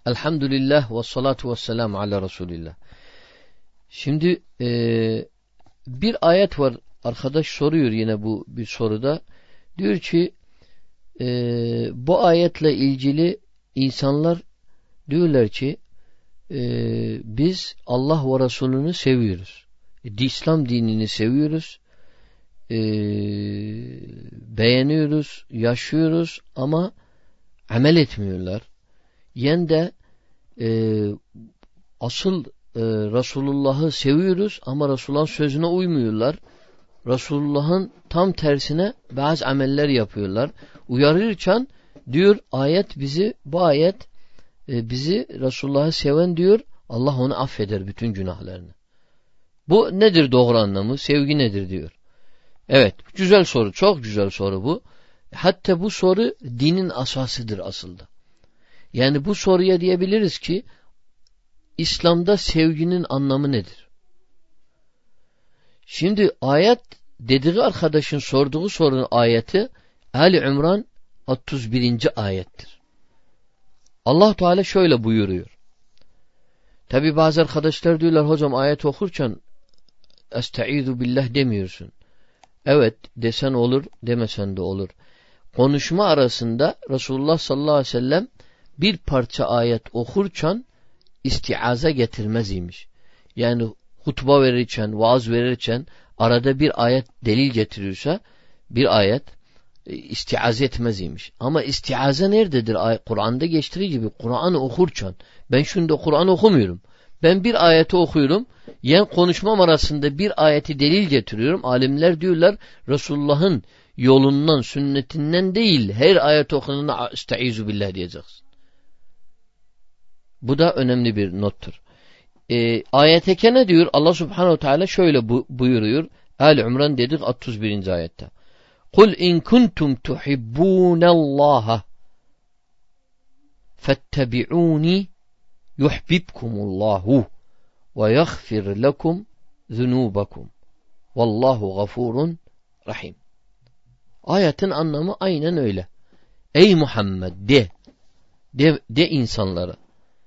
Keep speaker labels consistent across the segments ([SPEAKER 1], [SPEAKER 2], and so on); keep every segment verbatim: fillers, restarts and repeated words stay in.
[SPEAKER 1] Elhamdülillah ve salatu ve selamu ala Resulillah. Şimdi e, bir ayet var. Arkadaş soruyor yine bu bir soruda. Diyor ki e, bu ayetle ilgili insanlar diyorlar ki e, biz Allah ve Resulünü seviyoruz. E, İslam dinini seviyoruz. E, beğeniyoruz, yaşıyoruz ama amel etmiyorlar. Yen de e, asıl e, Resulullah'ı seviyoruz ama Resulullah'ın sözüne uymuyorlar. Resulullah'ın tam tersine bazı ameller yapıyorlar. Uyarırken diyor ayet bizi, bu ayet e, bizi Resulullah'ı seven diyor, Allah onu affeder bütün günahlarını. Bu nedir doğru anlamı? Sevgi nedir diyor. Evet, güzel soru, çok güzel soru bu. Hatta bu soru dinin asasıdır aslında. Yani bu soruya diyebiliriz ki İslam'da sevginin anlamı nedir? Şimdi ayet dediği arkadaşın sorduğu sorunun ayeti Ali İmran otuz birinci ayettir. Allah Teala şöyle buyuruyor. Tabi bazı arkadaşlar diyorlar hocam ayet okurken Estaizu billah demiyorsun. Evet desen olur, demesen de olur. Konuşma arasında Resulullah sallallahu aleyhi ve sellem bir parça ayet okurken istiaza getirmez imiş. Yani hutba verirken, vaaz verirken arada bir ayet delil getiriyorsa bir ayet e, istiaze etmez imiş. Ama istiaze nerededir? Kur'an'da geçtiği gibi Kur'an'ı okurken ben şimdi Kur'an okumuyorum. Ben bir ayeti okuyorum. Yani konuşmam arasında bir ayeti delil getiriyorum. Alimler diyorlar Resulullah'ın yolundan, sünnetinden değil her ayet okunduğunda estaizu billah diyeceksin. Bu da önemli bir nottur. E, ayete ne diyor? Allah Subhanahu Teala şöyle bu, buyuruyor. Ali İmran dedik otuz birinci ayette. Kul in kuntum tuhibbunallaha fettebi'uni yuhbibkumullahu ve yaghfir lekum zunubakum. Vallahu gafurun rahim. Ayetin anlamı aynen öyle. Ey Muhammed de, de, de insanlara.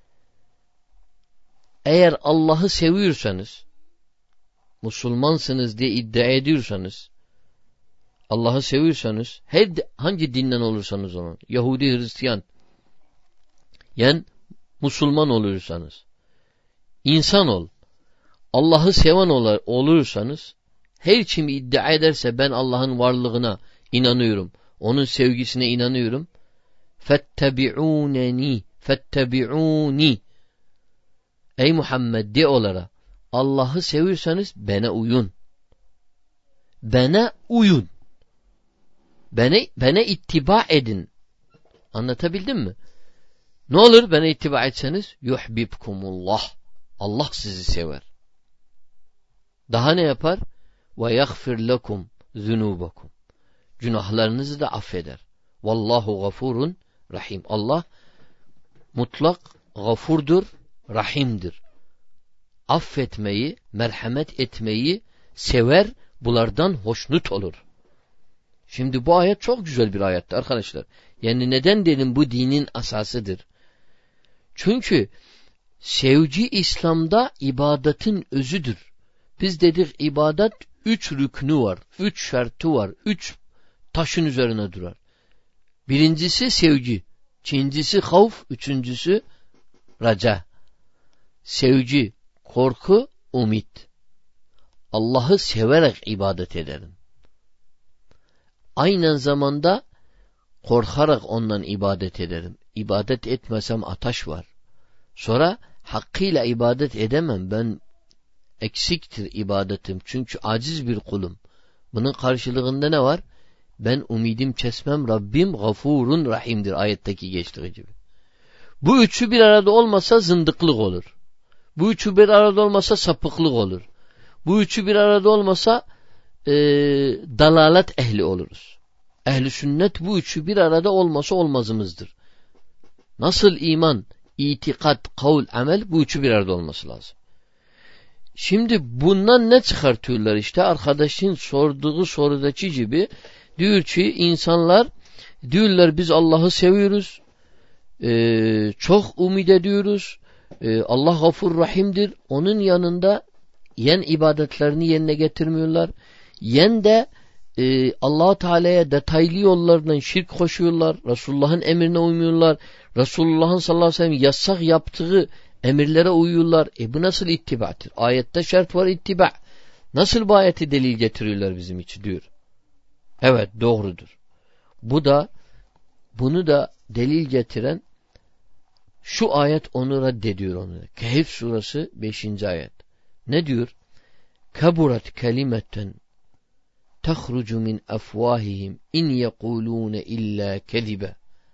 [SPEAKER 1] Eğer Allah'ı seviyorsanız, Müslümansınız diye iddia ediyorsanız, Allah'ı seviyorsanız, her hangi dinden olursanız onun, Yahudi, Hristiyan, yani Müslüman olursanız, insan ol, Allah'ı seven ol, olursanız, her kim iddia ederse ben Allah'ın varlığına inanıyorum, onun sevgisine inanıyorum, fettebi'ûneni, fettebi'ûni, ey Muhammed de olara Allah'ı seviyorsanız bana uyun. Bana uyun. Bana, bana ittiba edin. Anlatabildim mi? Ne olur bana ittiba etseniz? Yuhbibkumullah. Allah sizi sever. Daha ne yapar? Ve yaghfir lekum zunubakum. Günahlarınızı da affeder. Vallahu gafurun rahim. Allah mutlak gafurdur, rahimdir. Affetmeyi, merhamet etmeyi sever, bunlardan hoşnut olur. Şimdi bu ayet çok güzel bir ayettir arkadaşlar. Yani neden dedim bu dinin asasıdır? Çünkü sevgi İslam'da ibadetin özüdür. Biz dedik ibadet üç rüknü var, üç şartı var, üç taşın üzerine durar. Birincisi sevgi, ikincisi havf, üçüncüsü raca. Sevgi, korku, umut. Allah'ı severek ibadet ederim. Aynı zamanda korkarak ondan ibadet ederim. İbadet etmesem ateş var. Sonra hakkıyla ibadet edemem. Ben eksiktir ibadetim. Çünkü aciz bir kulum. Bunun karşılığında ne var? Ben umidim kesmem. Rabbim gafurun rahimdir. Ayetteki geçtiği gibi. Bu üçü bir arada olmasa zındıklık olur. Bu üçü bir arada olmasa sapıklık olur. Bu üçü bir arada olmasa e, dalalet ehli oluruz. Ehli sünnet bu üçü bir arada olmasa olmazımızdır. Nasıl iman, itikat, kavl, amel bu üçü bir arada olması lazım. Şimdi bundan ne çıkartıyorlar işte? Arkadaşın sorduğu sorudaki gibi diyor ki insanlar diyorlar biz Allah'ı seviyoruz. Ee, çok umid ediyoruz. Ee, Allah Gafur Rahim'dir. Onun yanında yen ibadetlerini yerine getirmiyorlar. Yen de e, Allah Teala'ya detaylı yollardan şirk koşuyorlar. Resulullah'ın emrine uymuyorlar. Resulullah'ın sallallahu aleyhi ve sellem yasak yaptığı emirlere uyuyorlar. E bu nasıl ittibadır? Ayette şart var ittiba. Nasıl bu ayeti delil getiriyorlar bizim için diyor. Evet doğrudur. Bu da bunu da delil getiren şu ayet onu reddediyor onu. Kehf suresi beşinci ayet. Ne diyor? Kaburat kelimeten tahrucu min afwahihim in yekulune illa kedibe.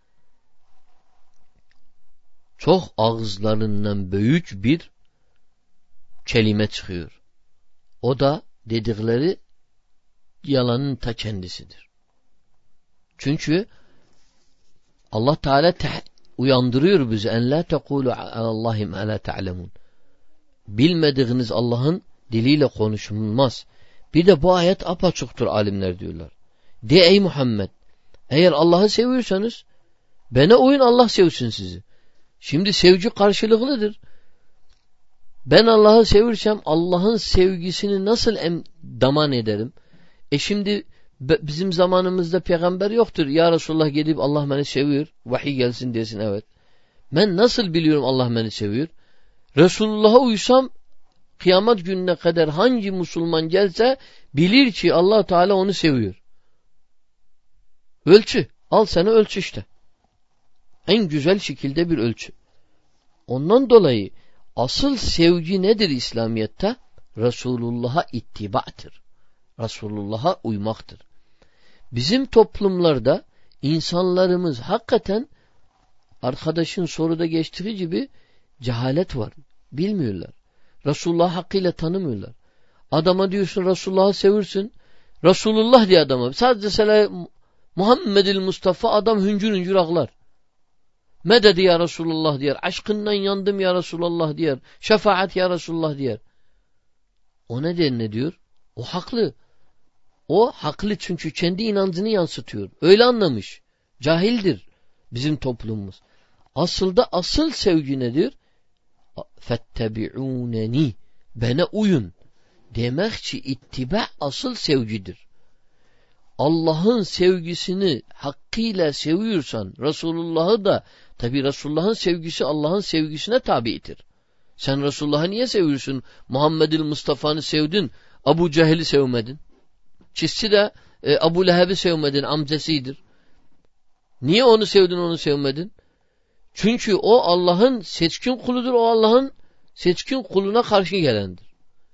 [SPEAKER 1] Çok ağızlarından büyük bir kelime çıkıyor. O da dedikleri yalanın ta kendisidir. Çünkü Allah Teala uyandırıyor bizi. En la tekulu alallahi ma la ta'lemun. Bilmediğiniz Allah'ın diliyle konuşulmaz. Bir de bu ayet apaçıktır alimler diyorlar. De ey Muhammed, eğer Allah'ı seviyorsanız bana uyun, Allah sevsin sizi. Şimdi sevgi karşılıklıdır. Ben Allah'ı sevirsem Allah'ın sevgisini nasıl em daman ederim? E şimdi bizim zamanımızda peygamber yoktur. Ya Resulullah gidip Allah beni seviyor. Vahiy gelsin desin evet. Ben nasıl biliyorum Allah beni seviyor? Resulullah'a uysam kıyamet gününe kadar hangi Müslüman gelse bilir ki Allah Teala onu seviyor. Ölçü. Al sana ölçü işte. En güzel şekilde bir ölçü. Ondan dolayı asıl sevgi nedir İslamiyet'te? Resulullah'a ittibaktır. Resulullah'a uymaktır. Bizim toplumlarda insanlarımız hakikaten arkadaşın soruda geçtiği gibi cehalet var. Bilmiyorlar. Resulullah'ı hakkıyla tanımıyorlar. Adama diyorsun Resulullah'ı sevirsin. Resulullah diye adama. Sadece mesela Muhammedül Mustafa adam hüncür hüncür ağlar. Mededi ya Resulullah diyer. Aşkından yandım ya Resulullah diyer. Şefaat ya Resulullah diyer. O neden ne diyor? O haklı. O haklı çünkü kendi inancını yansıtıyor. Öyle anlamış. Cahildir bizim toplumumuz. Aslında asıl sevgi nedir? Fettebi'ûneni. Bana uyun. Demek ki ittiba asıl sevgidir. Allah'ın sevgisini hakkıyla seviyorsan Resulullah'ı da tabi Resulullah'ın sevgisi Allah'ın sevgisine tabidir. Sen Resulullah'ı niye seviyorsun? Muhammedül Mustafa'nı sevdin. Abu Cehil'i sevmedin. Çizsi de e, Abu Leheb'i sevmedin. Amcasıdır. Niye onu sevdin onu sevmedin? Çünkü o Allah'ın seçkin kuludur. O Allah'ın seçkin kuluna karşı gelendir.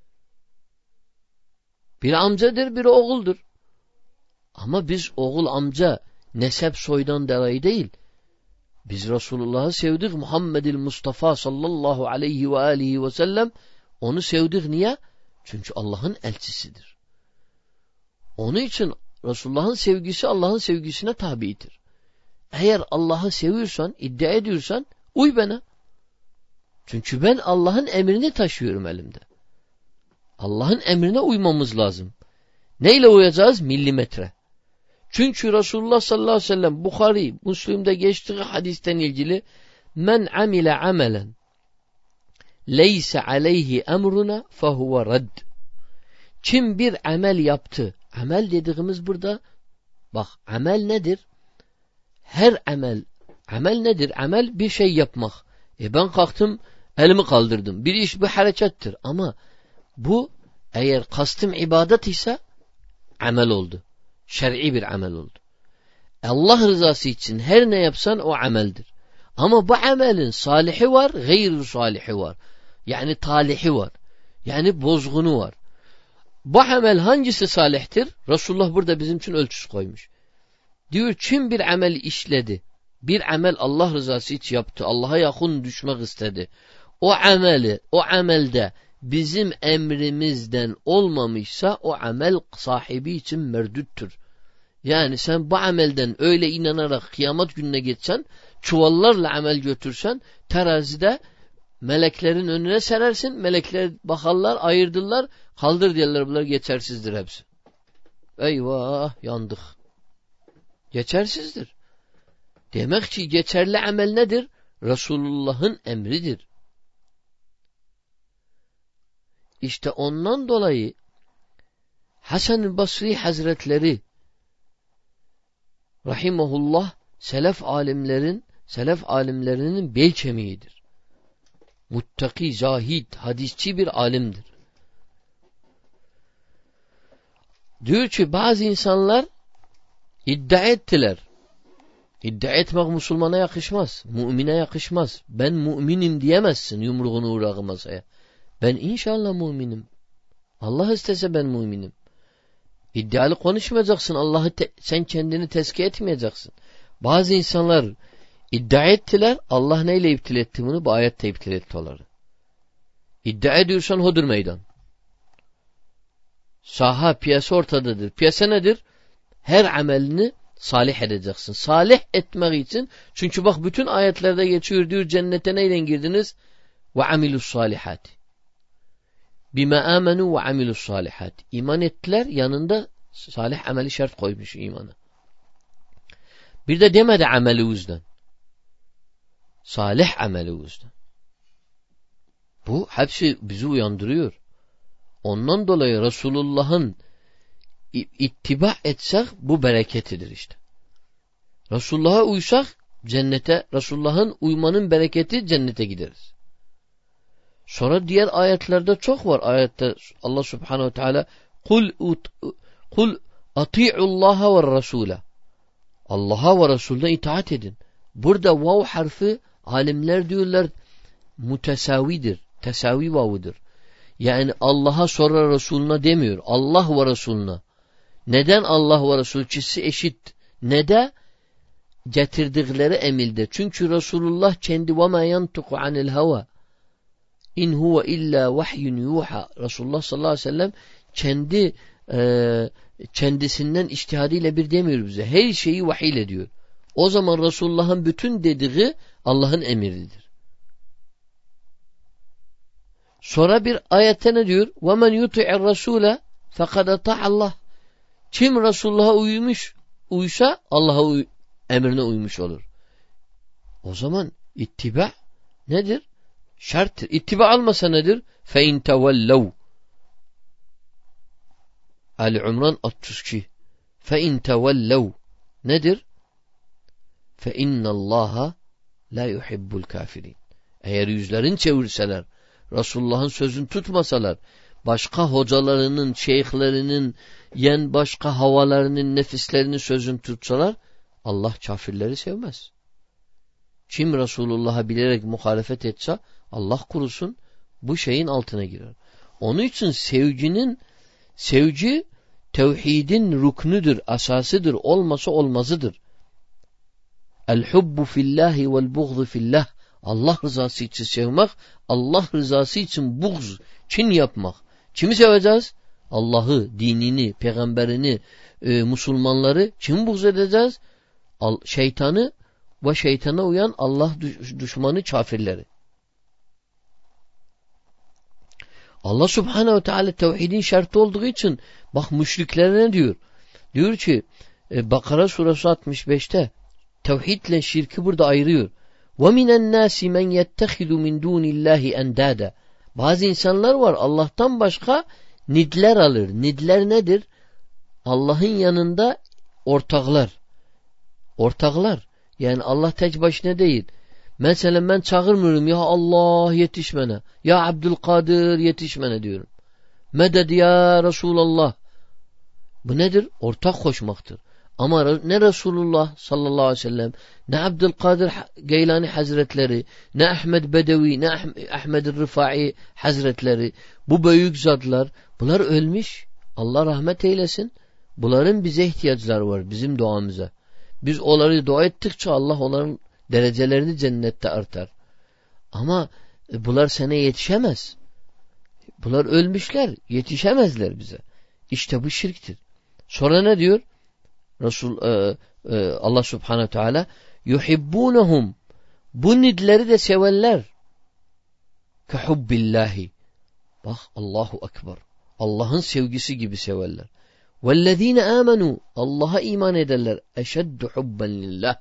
[SPEAKER 1] Bir amcadır, bir oğuldur. Ama biz oğul amca nesep soydan dolayı değil. Biz Resulullah'ı sevdik. Muhammedül Mustafa sallallahu aleyhi ve aleyhi ve sellem onu sevdik. Niye? Çünkü Allah'ın elçisidir. Onun için Resulullah'ın sevgisi Allah'ın sevgisine tabidir. Eğer Allah'ı seviyorsan, iddia ediyorsan uy bana. Çünkü ben Allah'ın emrini taşıyorum elimde. Allah'ın emrine uymamız lazım. Neyle uyacağız? Milimetre. Çünkü Resulullah sallallahu aleyhi ve sellem Bukhari, Müslim'de geçtiği hadisten ilgili men amile amelen leyse aleyhi emruna fehuve redd. Kim bir amel yaptı? Amel dediğimiz burada bak amel nedir? Her amel. Amel nedir? Amel bir şey yapmak. E ben kalktım elimi kaldırdım. Bir iş bir harekettir. Ama bu eğer kastım ibadet ise amel oldu. Şer'i bir amel oldu. Allah rızası için her ne yapsan o ameldir. Ama bu amelin salihi var, gayr salihi var. Yani talihi var. Yani bozgunu var. Bu amel hangisi salihtir? Resulullah burada bizim için ölçüsü koymuş. Diyor kim bir amel işledi, bir amel Allah rızası için yaptı, Allah'a yakın düşmek istedi. O ameli, o amelde bizim emrimizden olmamışsa o amel sahibi için merdüttür. Yani sen bu amelden öyle inanarak kıyamet gününe geçsen, çuvallarla amel götürsen, terazide meleklerin önüne serersin, melekler bakarlar, ayırdılar, kaldır diyorlar, bunlar geçersizdir hepsi. Eyvah, yandık. Geçersizdir. Demek ki geçerli amel nedir? Resulullah'ın emridir. İşte ondan dolayı Hasan-ı Basri Hazretleri rahimahullah selef alimlerin selef alimlerinin bel kemiğidir. Muttaki, zahid, hadisçi bir alimdir. Diyor ki bazı insanlar iddia ettiler. İddia etmek Müslümana yakışmaz. Mümine yakışmaz. Ben müminim diyemezsin yumruğunu uğrağı masaya. Ben inşallah müminim. Allah istese ben müminim. İddialı konuşmayacaksın. Allah'ı sen kendini tezkiye etmeyeceksin. Bazı insanlar iddia ettiler. Allah neyle iptal etti bunu? Bu ayette iptal etti onları. İddia ediyorsan hodur meydan. Saha, piyasa ortadadır. Piyasa nedir? Her amelini salih edeceksin. Salih etmek için, çünkü bak bütün ayetlerde geçiyor diyor, cennete neyle girdiniz? Ve amilus salihati. Bima amenu ve amilus salihati. İman ettiler, yanında salih ameli şart koymuş imanı. Bir de demedi ameli uzdan. Salih ameli uzdan. Bu hepsi bizi uyandırıyor. Ondan dolayı Resulullah'ın ittiba etsek bu bereketidir işte. Resulullah'a uysak cennete, Resulullah'ın uymanın bereketi cennete gideriz. Sonra diğer ayetlerde çok var. Ayette Allah Subhanahu ve Teala kul kul ati'ullaha ve rasula. Allah'a ve Resulüne itaat edin. Burada vav harfi alimler diyorlar mutesavidir. Tesavi vavıdır. Yani Allah'a sonra Resulüne demiyor. Allah ve Resulüne. Neden Allah ve Resulü? İkisi eşit. Nede? Getirdikleri emirde. Çünkü Resulullah kendi وَمَا يَنْتُقُ عَنِ الْهَوَى اِنْ هُوَ اِلَّا وَحْيٌ يُوحَى. Resulullah sallallahu aleyhi ve sellem kendi e, kendisinden içtihadıyla bir demiyor bize. Her şeyi vahiy ile diyor. O zaman Resulullah'ın bütün dediği Allah'ın emridir. Sonra bir ayette ne diyor? وَمَنْ يُطِعِ الرَّسُولَ فَقَدْ اَطَعَ اللّٰهِ. Kim Resulullah'a uymuş, uysa Allah'a uy emrine uymuş olur. O zaman ittiba nedir? Şarttır. İttiba almasa nedir? فَاِنْ تَوَلَّوْا Ali-İmran otuz iki فَاِنْ تَوَلَّوْا nedir? فَاِنَّ اللّٰهَ لَا يُحِبُّ الْكَافِرِينَ. Eğer yüzlerini çevirseler, Resulullah'ın sözünü tutmasalar, başka hocalarının, şeyhlerinin, yen başka havalarının, nefislerinin sözünü tutsalar, Allah kafirleri sevmez. Kim Resulullah'a bilerek muhalefet etse, Allah kurusun, bu şeyin altına girer. Onun için sevginin, sevgi tevhidin ruknudur, asasıdır, olmasa olmazıdır. El-hubbu fillahi vel-buğzu fillah. Allah rızası için sevmek, Allah rızası için buğz, kin yapmak. Kimi seveceğiz? Allah'ı, dinini, peygamberini, e, Müslümanları. Kimi buğz edeceğiz? Al, şeytanı ve şeytana uyan Allah düşmanı kafirleri. Allah Subhanahu ve Teala tevhidin şartı olduğu için bak müşriklere ne diyor? Diyor ki e, Bakara suresi altmış beşte tevhidle şirki burada ayırıyor. وَمِنَ النَّاسِ مَنْ يَتَّخِذُ مِنْ دُونِ اللّٰهِ اَنْدَادًا. Bazı insanlar var Allah'tan başka nidler alır. Nidler nedir? Allah'ın yanında ortaklar. Ortaklar. Yani Allah tek başına değil. Mesela ben çağırmıyorum ya Allah yetişmene. Ya Abdülkadir yetişmene diyorum. Meded ya Resulallah. Bu nedir? Ortak koşmaktır. Ama ne Resulullah sallallahu aleyhi ve sellem, ne Abdülkadir Geylani Hazretleri, ne Ahmed Bedevi, ne Ahmed Rıfai Hazretleri, bu büyük zatlar, bunlar ölmüş. Allah rahmet eylesin. Bunların bize ihtiyaçları var, bizim duamıza. Biz onları dua ettikçe Allah onların derecelerini cennette artar. Ama bunlar sana yetişemez. Bunlar ölmüşler, yetişemezler bize. İşte bu şirktir. Sonra ne diyor? Resul e, e, Allah Subhanahu Teala yuhibbunhum, bu nidleri de severler. Kehubbillahi. Bak Allahu Ekber. Allah'ın sevgisi gibi severler. Vellezine amenu, Allah'a iman ederler. Eşeddu hubben lillah.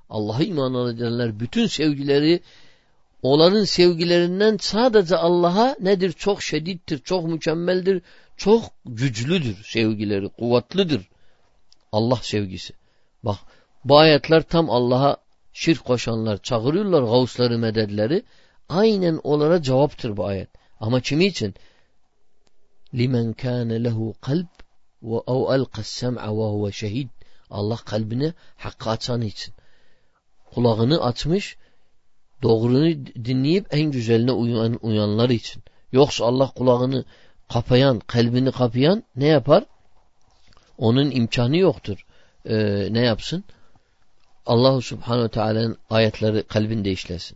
[SPEAKER 1] Allah'a iman edenler bütün sevgileri, onların sevgilerinden sadece Allah'a nedir? Çok şedittir, çok mükemmeldir, çok güçlüdür sevgileri, kuvvetlidir. Allah sevgisi. Bak bu ayetler tam Allah'a şirk koşanlar çağırıyorlar, gavsları, mededleri. Aynen onlara cevaptır bu ayet. Ama kimi için? لِمَنْ كَانَ لَهُ قَلْبٍ وَاَوْ أَلْقَ السَّمْعَ وَهُوَ şehid. Allah kalbini hakka açan için. Kulağını açmış, doğrunu dinleyip en güzeline uyan, uyanlar için. Yoksa Allah kulağını kapayan, kalbini kapayan ne yapar? Onun imkanı yoktur. Ee, ne yapsın? Allah Subhanahu Teala'nın ayetleri kalbinde işlesin.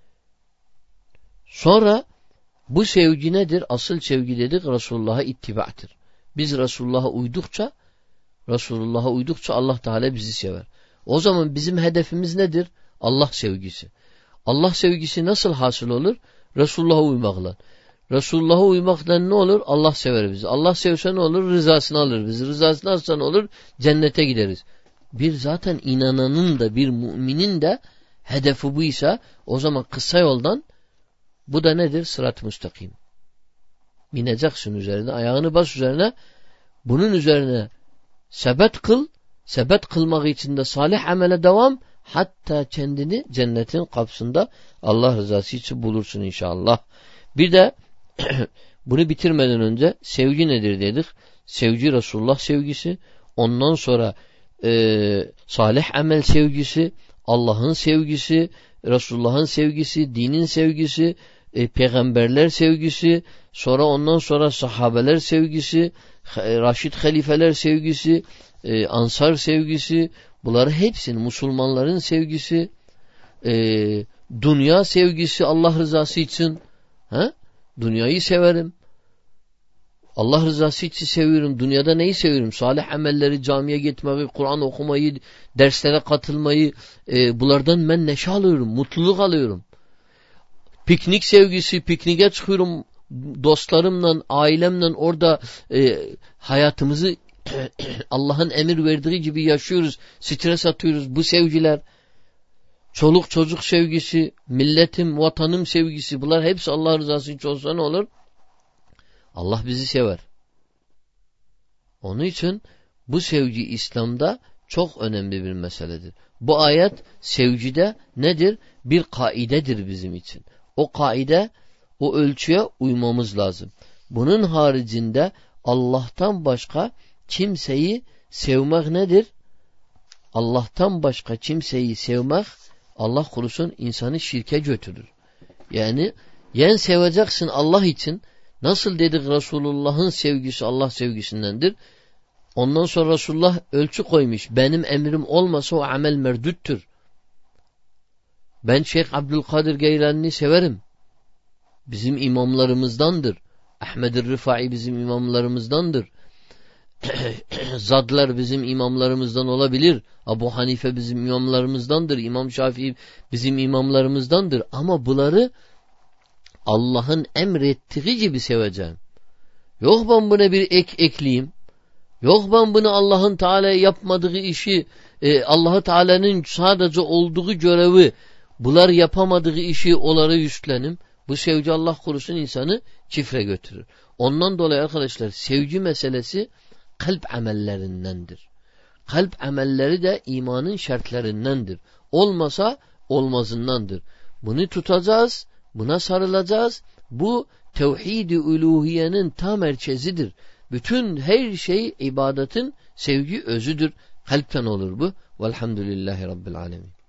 [SPEAKER 1] Sonra bu sevgi nedir? Asıl sevgi dedik Resulullah'a ittibahtır. Biz Resulullah'a uydukça Resulullah'a uydukça Allah Teala bizi sever. O zaman bizim hedefimiz nedir? Allah sevgisi. Allah sevgisi nasıl hasıl olur? Resulullah'a uymakla. Resulullah'a uymaktan ne olur? Allah sever bizi. Allah sevse ne olur? Rızasını alır bizi. Rızasını alırsa ne olur? Cennete gideriz. Bir zaten inananın da bir müminin de hedefi buysa o zaman kısa yoldan bu da nedir? Sırat-ı müstakim. Bineceksin üzerine, ayağını bas üzerine, bunun üzerine sebet kıl, sebet kılmak için de salih amele devam, hatta kendini cennetin kapısında Allah rızası için bulursun inşallah. Bir de bunu bitirmeden önce sevgi nedir dedik? Sevgi Resulullah sevgisi, ondan sonra e, salih amel sevgisi, Allah'ın sevgisi, Resulullah'ın sevgisi, dinin sevgisi, e, peygamberler sevgisi, sonra ondan sonra sahabeler sevgisi, Raşid halifeler sevgisi, e, Ansar sevgisi, bunları hepsinin Müslümanların sevgisi, e, dünya sevgisi Allah rızası için. Ha? Dünyayı severim. Allah rızası için seviyorum. Dünyada neyi seviyorum? Salih amelleri, camiye gitmeyi, Kur'an okumayı, derslere katılmayı, e, bunlardan ben neşe alıyorum, mutluluk alıyorum. Piknik sevgisi, pikniğe çıkıyorum dostlarımla, ailemle, orada e, hayatımızı Allah'ın emir verdiği gibi yaşıyoruz, stres atıyoruz. Bu sevgiler, çoluk çocuk sevgisi, milletim, vatanım sevgisi, bunlar hepsi Allah rızası için olsa ne olur? Allah bizi sever. Onun için bu sevgi İslam'da çok önemli bir meseledir. Bu ayet sevgide nedir? Bir kaidedir bizim için. O kaide, o ölçüye uymamız lazım. Bunun haricinde Allah'tan başka kimseyi sevmek nedir? Allah'tan başka kimseyi sevmek, Allah korusun, insanı şirke götürür. Yani yen seveceksin Allah için. Nasıl dedik Resulullah'ın sevgisi Allah sevgisindendir. Ondan sonra Resulullah ölçü koymuş. Benim emrim olmasa o amel merdüttür. Ben Şeyh Abdülkadir Geylani'ni severim. Bizim imamlarımızdandır. Ahmed-i Rifai bizim imamlarımızdandır. Zadlar bizim imamlarımızdan olabilir. Abu Hanife bizim imamlarımızdandır. İmam Şafii bizim imamlarımızdandır. Ama bunları Allah'ın emrettiği gibi seveceğim. Yok ben buna bir ek ekleyeyim. Yok ben bunu Allah'ın Teala yapmadığı işi, e, Allah-u Teala'nın sadece olduğu görevi, bunlar yapamadığı işi onlara üstlenim. Bu sevgi Allah korusun insanı çifre götürür. Ondan dolayı arkadaşlar sevgi meselesi kalp amellerindendir. Kalp amelleri de imanın şartlarındandır. Olmasa olmazındandır. Bunu tutacağız, buna sarılacağız. Bu tevhid-i uluhiyenin tam merkezidir. Bütün her şey ibadetin sevgi özüdür. Kalpten olur bu. Velhamdülillahi Rabbil alemin.